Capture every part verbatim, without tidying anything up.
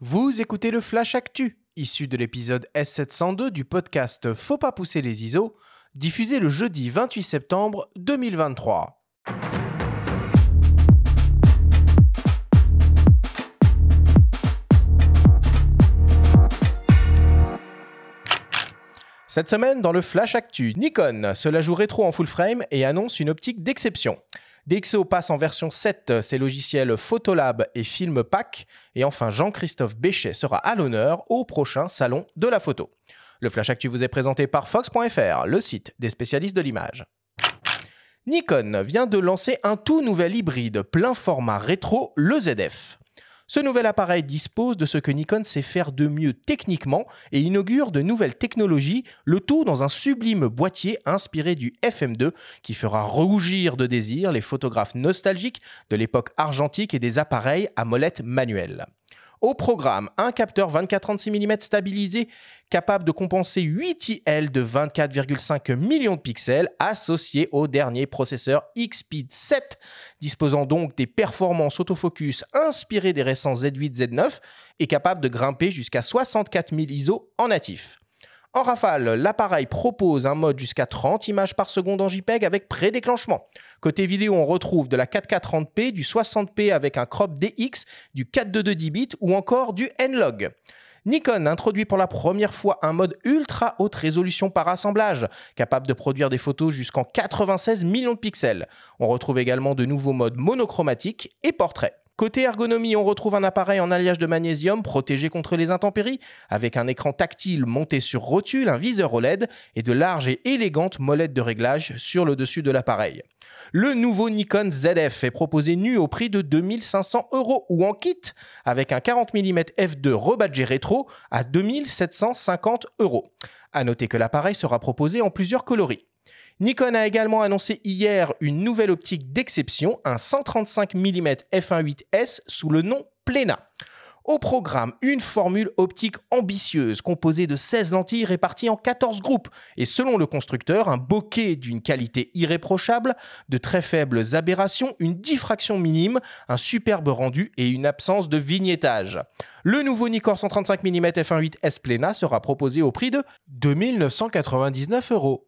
Vous écoutez le Flash Actu, issu de l'épisode S sept cent deux du podcast Faut pas pousser les I S O, diffusé le jeudi vingt-huit septembre deux mille vingt-trois. Cette semaine, dans le Flash Actu, Nikon se la joue rétro en full frame et annonce une optique d'exception. D X O passe en version sept ses logiciels Photolab et Filmpack. Et enfin, Jean-Christophe Béchet sera à l'honneur au prochain salon de la photo. Le Flash Actu vous est présenté par Fox point F R, le site des spécialistes de l'image. Nikon vient de lancer un tout nouvel hybride plein format rétro, le Z F. Ce nouvel appareil dispose de ce que Nikon sait faire de mieux techniquement et inaugure de nouvelles technologies, le tout dans un sublime boîtier inspiré du F M deux qui fera rougir de désir les photographes nostalgiques de l'époque argentique et des appareils à molette manuelle. Au programme, un capteur vingt-quatre trente-six millimètres stabilisé capable de compenser huit I L de vingt-quatre virgule cinq millions de pixels associé au dernier processeur X-Speed sept, disposant donc des performances autofocus inspirées des récents Z huit Z neuf et capable de grimper jusqu'à soixante-quatre mille I S O en natif. En rafale, l'appareil propose un mode jusqu'à trente images par seconde en JPEG avec pré-déclenchement. Côté vidéo, on retrouve de la quatre K trente p, du soixante p avec un crop D X, du quatre virgule deux dix bits ou encore du N-Log. Nikon introduit pour la première fois un mode ultra haute résolution par assemblage, capable de produire des photos jusqu'en quatre-vingt-seize millions de pixels. On retrouve également de nouveaux modes monochromatiques et portrait. Côté ergonomie, on retrouve un appareil en alliage de magnésium protégé contre les intempéries, avec un écran tactile monté sur rotule, un viseur O L E D et de larges et élégantes molettes de réglage sur le dessus de l'appareil. Le nouveau Nikon Z F est proposé nu au prix de deux mille cinq cents euros ou en kit avec un quarante millimètres f deux rebadgé rétro à deux mille sept cent cinquante euros. A noter que l'appareil sera proposé en plusieurs coloris. Nikon a également annoncé hier une nouvelle optique d'exception, un cent trente-cinq millimètres f un point huit S sous le nom Plena. Au programme, une formule optique ambitieuse composée de seize lentilles réparties en quatorze groupes et selon le constructeur, un bokeh d'une qualité irréprochable, de très faibles aberrations, une diffraction minime, un superbe rendu et une absence de vignettage. Le nouveau Nikkor cent trente-cinq millimètres f un point huit S Plena sera proposé au prix de deux mille neuf cent quatre-vingt-dix-neuf euros.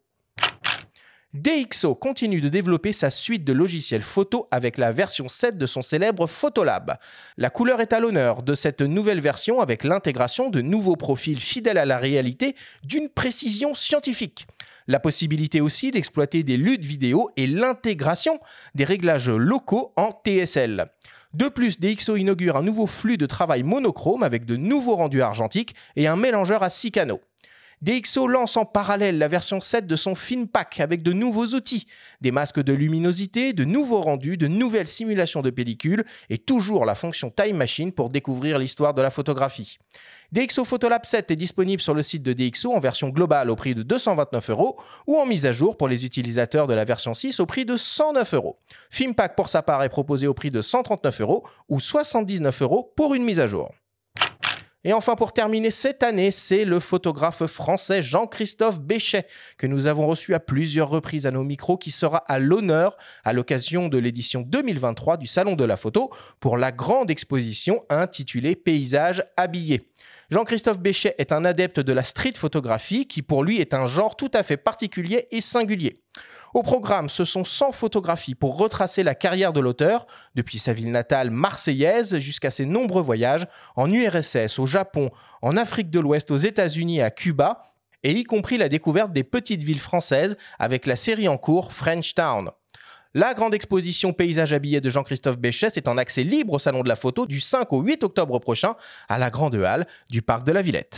D X O continue de développer sa suite de logiciels photo avec la version sept de son célèbre Photolab. La couleur est à l'honneur de cette nouvelle version avec l'intégration de nouveaux profils fidèles à la réalité d'une précision scientifique. La possibilité aussi d'exploiter des luttes vidéo et l'intégration des réglages locaux en T S L. De plus, D X O inaugure un nouveau flux de travail monochrome avec de nouveaux rendus argentiques et un mélangeur à six canaux. D X O lance en parallèle la version sept de son Filmpack avec de nouveaux outils, des masques de luminosité, de nouveaux rendus, de nouvelles simulations de pellicules et toujours la fonction Time Machine pour découvrir l'histoire de la photographie. D X O Photolab sept est disponible sur le site de D X O en version globale au prix de deux cent vingt-neuf euros ou en mise à jour pour les utilisateurs de la version six au prix de cent neuf euros. Filmpack pour sa part est proposé au prix de cent trente-neuf euros ou soixante-dix-neuf euros pour une mise à jour. Et enfin, pour terminer cette année, c'est le photographe français Jean-Christophe Béchet, que nous avons reçu à plusieurs reprises à nos micros, qui sera à l'honneur à l'occasion de l'édition deux mille vingt-trois du Salon de la Photo pour la grande exposition intitulée « Paysages habillés ». Jean-Christophe Béchet est un adepte de la street photographie qui pour lui est un genre tout à fait particulier et singulier. Au programme, ce sont cent photographies pour retracer la carrière de l'auteur, depuis sa ville natale marseillaise jusqu'à ses nombreux voyages en U R S S, au Japon, en Afrique de l'Ouest, aux États-Unis et à Cuba, et y compris la découverte des petites villes françaises avec la série en cours French Town. La grande exposition Paysages habillés de Jean-Christophe Béchet est en accès libre au Salon de la Photo du cinq au huit octobre prochain à la Grande Halle du Parc de la Villette.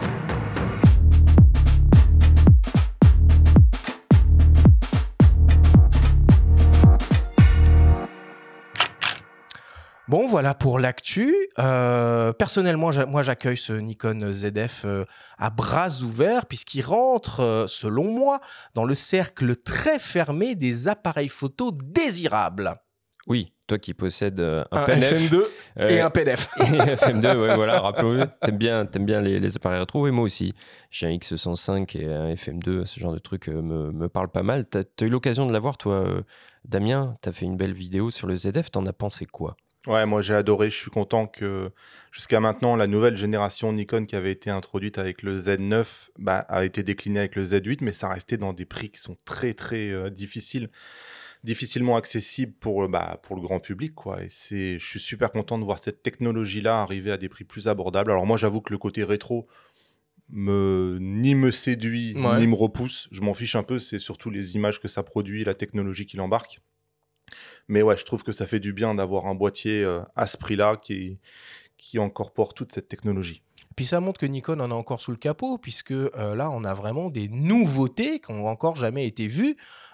Bon, voilà pour l'actu. Euh, personnellement, j'a- moi, j'accueille ce Nikon Z F euh, à bras ouverts puisqu'il rentre, euh, selon moi, dans le cercle très fermé des appareils photo désirables. Oui, toi qui possèdes euh, un, Un P N F F M deux euh, et un P D F. et F M deux, ouais, voilà, rappelons-le, t'aimes bien, t'aimes bien les, les appareils rétro, et moi aussi. J'ai un X cent cinq et un F M deux, ce genre de truc euh, me, me parle pas mal. T'as, t'as eu l'occasion de l'avoir, toi, euh, Damien, t'as fait une belle vidéo sur le Z F, t'en as pensé quoi ? Ouais, moi j'ai adoré. Je suis content que jusqu'à maintenant, la nouvelle génération Nikon qui avait été introduite avec le Z neuf bah, a été déclinée avec le Z huit, mais ça restait dans des prix qui sont très très euh, difficiles, difficilement accessibles pour, euh, bah, pour le grand public, quoi. Et c'est, je suis super content de voir cette technologie-là arriver à des prix plus abordables. Alors moi j'avoue que le côté rétro me, ni me séduit, Ouais. ni me repousse. Je m'en fiche un peu, c'est surtout les images que ça produit, la technologie qu'il embarque. Mais ouais, je trouve que ça fait du bien d'avoir un boîtier euh, à ce prix-là qui, qui incorpore toute cette technologie. Puis ça montre que Nikon en a encore sous le capot, puisque euh, là, on a vraiment des nouveautés qui n'ont encore jamais été vues,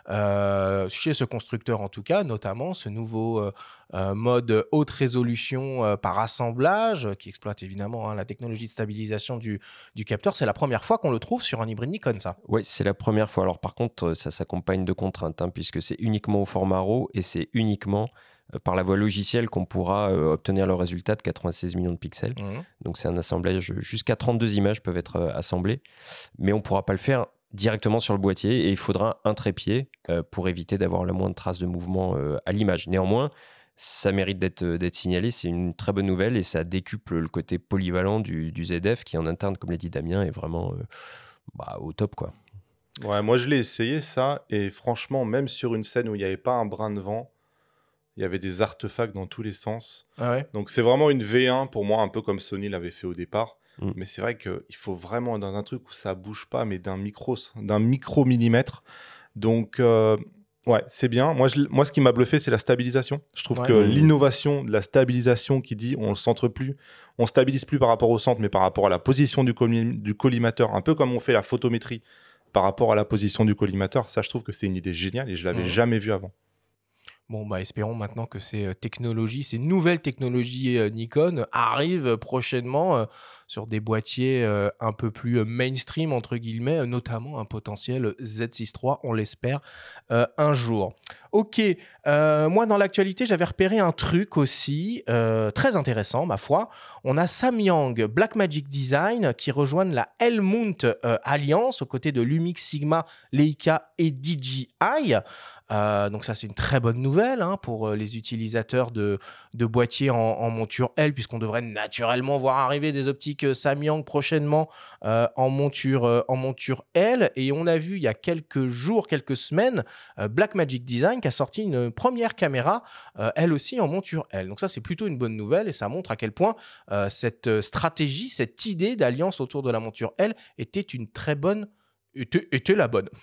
euh, chez ce constructeur en tout cas, notamment ce nouveau euh, euh, mode haute résolution euh, par assemblage, euh, qui exploite évidemment hein, la technologie de stabilisation du, du capteur. C'est la première fois qu'on le trouve sur un hybride Nikon, ça. Oui, c'est la première fois. Alors par contre, ça s'accompagne de contraintes, hein, puisque c'est uniquement au format RAW et c'est uniquement euh, par la voie logicielle qu'on pourra euh, obtenir le résultat de quatre-vingt-seize millions de pixels. Mmh. Donc c'est un assemblage, jusqu'à trente-deux images peuvent être euh, assemblées, mais on ne pourra pas le faire directement sur le boîtier et il faudra un trépied euh, pour éviter d'avoir la moindre trace de mouvement euh, à l'image. Néanmoins, ça mérite d'être, d'être signalé, c'est une très bonne nouvelle et ça décuple le côté polyvalent du, du Z F qui en interne, comme l'a dit Damien, est vraiment euh, bah, au top, quoi. Ouais, moi je l'ai essayé ça, et franchement, même sur une scène où il n'y avait pas un brin de vent, il y avait des artefacts dans tous les sens. Ah ouais. Donc c'est vraiment une V un pour moi, un peu comme Sony l'avait fait au départ. Mm. Mais c'est vrai qu'il faut vraiment dans un truc où ça bouge pas, mais d'un micro, d'un micro millimètre. Donc euh, ouais, c'est bien. Moi, je, moi, ce qui m'a bluffé, c'est la stabilisation. Je trouve Ouais. que Mm. l'innovation de la stabilisation qui dit on le centre plus, on stabilise plus par rapport au centre, mais par rapport à la position du, colli- du collimateur, un peu comme on fait la photométrie par rapport à la position du collimateur. Ça, je trouve que c'est une idée géniale et je l'avais Mm. jamais vu avant. Bon, bah, espérons maintenant que ces euh, technologies, ces nouvelles technologies euh, Nikon arrivent euh, prochainement euh, sur des boîtiers euh, un peu plus euh, mainstream, entre guillemets, euh, notamment un potentiel Z six trois, on l'espère, euh, un jour. Ok, euh, moi dans l'actualité, j'avais repéré un truc aussi euh, très intéressant, ma foi. On a Samyang Blackmagic Design qui rejoignent la Helmut euh, Alliance aux côtés de Lumix, Sigma, Leica et D J I. Euh, donc ça, c'est une très bonne nouvelle hein, pour euh, les utilisateurs de, de boîtiers en, en monture L, puisqu'on devrait naturellement voir arriver des optiques euh, Samyang prochainement euh, en, monture, euh, en monture L. Et on a vu il y a quelques jours, quelques semaines, euh, Blackmagic Design qui a sorti une première caméra, euh, elle aussi en monture L. Donc ça, c'est plutôt une bonne nouvelle et ça montre à quel point euh, cette stratégie, cette idée d'alliance autour de la monture L était une très bonne... était, était la bonne.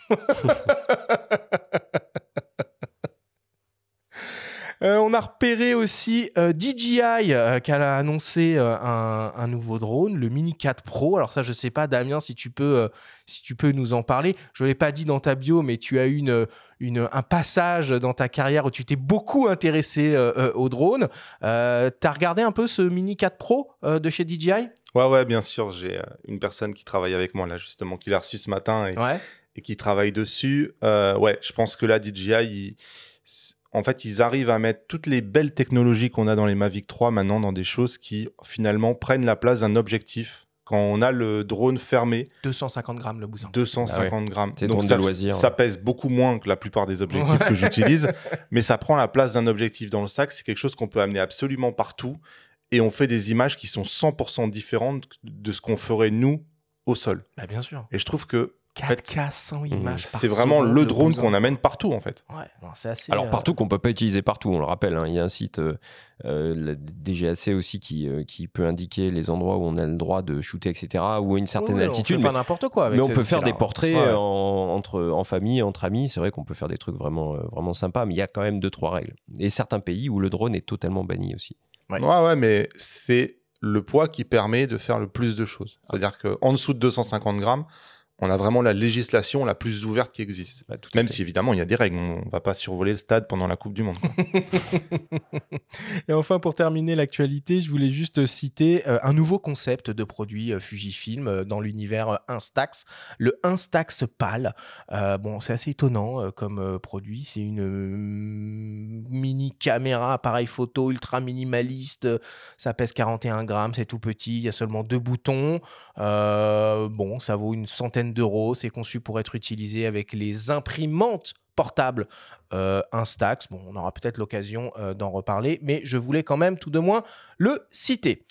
Euh, on a repéré aussi euh, D J I euh, qui a annoncé euh, un, un nouveau drone, le Mini quatre Pro. Alors ça, je sais pas, Damien, si tu peux, euh, si tu peux nous en parler. Je l'ai pas dit dans ta bio, mais tu as eu une, une, un passage dans ta carrière où tu t'es beaucoup intéressé euh, euh, au drone. Euh, tu as regardé un peu ce Mini quatre Pro euh, de chez D J I ? Ouais, ouais, bien sûr. J'ai euh, une personne qui travaille avec moi là, justement, qui l'a reçu ce matin et, Ouais. et qui travaille dessus. Euh, ouais, je pense que là, D J I, il- en fait, ils arrivent à mettre toutes les belles technologies qu'on a dans les Mavic trois maintenant dans des choses qui, finalement, prennent la place d'un objectif. Quand on a le drone fermé, deux cent cinquante grammes le bousin. deux cent cinquante grammes. C'est Donc drone ça, de loisir. ça pèse beaucoup moins que la plupart des objectifs Ouais. que j'utilise, mais ça prend la place d'un objectif dans le sac. C'est quelque chose qu'on peut amener absolument partout et on fait des images qui sont cent pour cent différentes de ce qu'on ferait nous au sol. Bah, bien sûr. Et je trouve que quatre K, cent images par c'est vraiment seconde, le drone bousin. qu'on amène partout en fait. Ouais, non, c'est assez. Alors euh, partout qu'on peut pas utiliser partout, on le rappelle, hein, il y a un site euh, euh, la D G A C aussi qui, euh, qui peut indiquer les endroits où on a le droit de shooter, et cetera, ou à une certaine ouais, altitude. On fait Mais, pas n'importe quoi avec mais on ces peut faire outils-là. des portraits Ouais. en, entre, en famille, entre amis. C'est vrai qu'on peut faire des trucs vraiment, euh, vraiment sympas, mais il y a quand même deux, trois règles. Et certains pays où le drone est totalement banni aussi. Ouais. Ouais, ouais, mais c'est le poids qui permet de faire le plus de choses. C'est-à-dire qu'en dessous de deux cent cinquante grammes, on a vraiment la législation la plus ouverte qui existe. Bah, tout à Même fait. si évidemment il y a des règles, on va pas survoler le stade pendant la Coupe du Monde, quoi. Et enfin, pour terminer l'actualité, je voulais juste citer euh, un nouveau concept de produit euh, Fujifilm euh, dans l'univers euh, Instax, le Instax Pal. Euh, bon, c'est assez étonnant euh, comme euh, produit. C'est une euh, mini caméra, appareil photo ultra minimaliste. Ça pèse quarante et un grammes, c'est tout petit. Il y a seulement deux boutons. Euh, bon, ça vaut une centaine dizaine d'euros. C'est conçu pour être utilisé avec les imprimantes portables euh, Instax. Bon, on aura peut-être l'occasion euh, d'en reparler, mais je voulais quand même tout de moins le citer.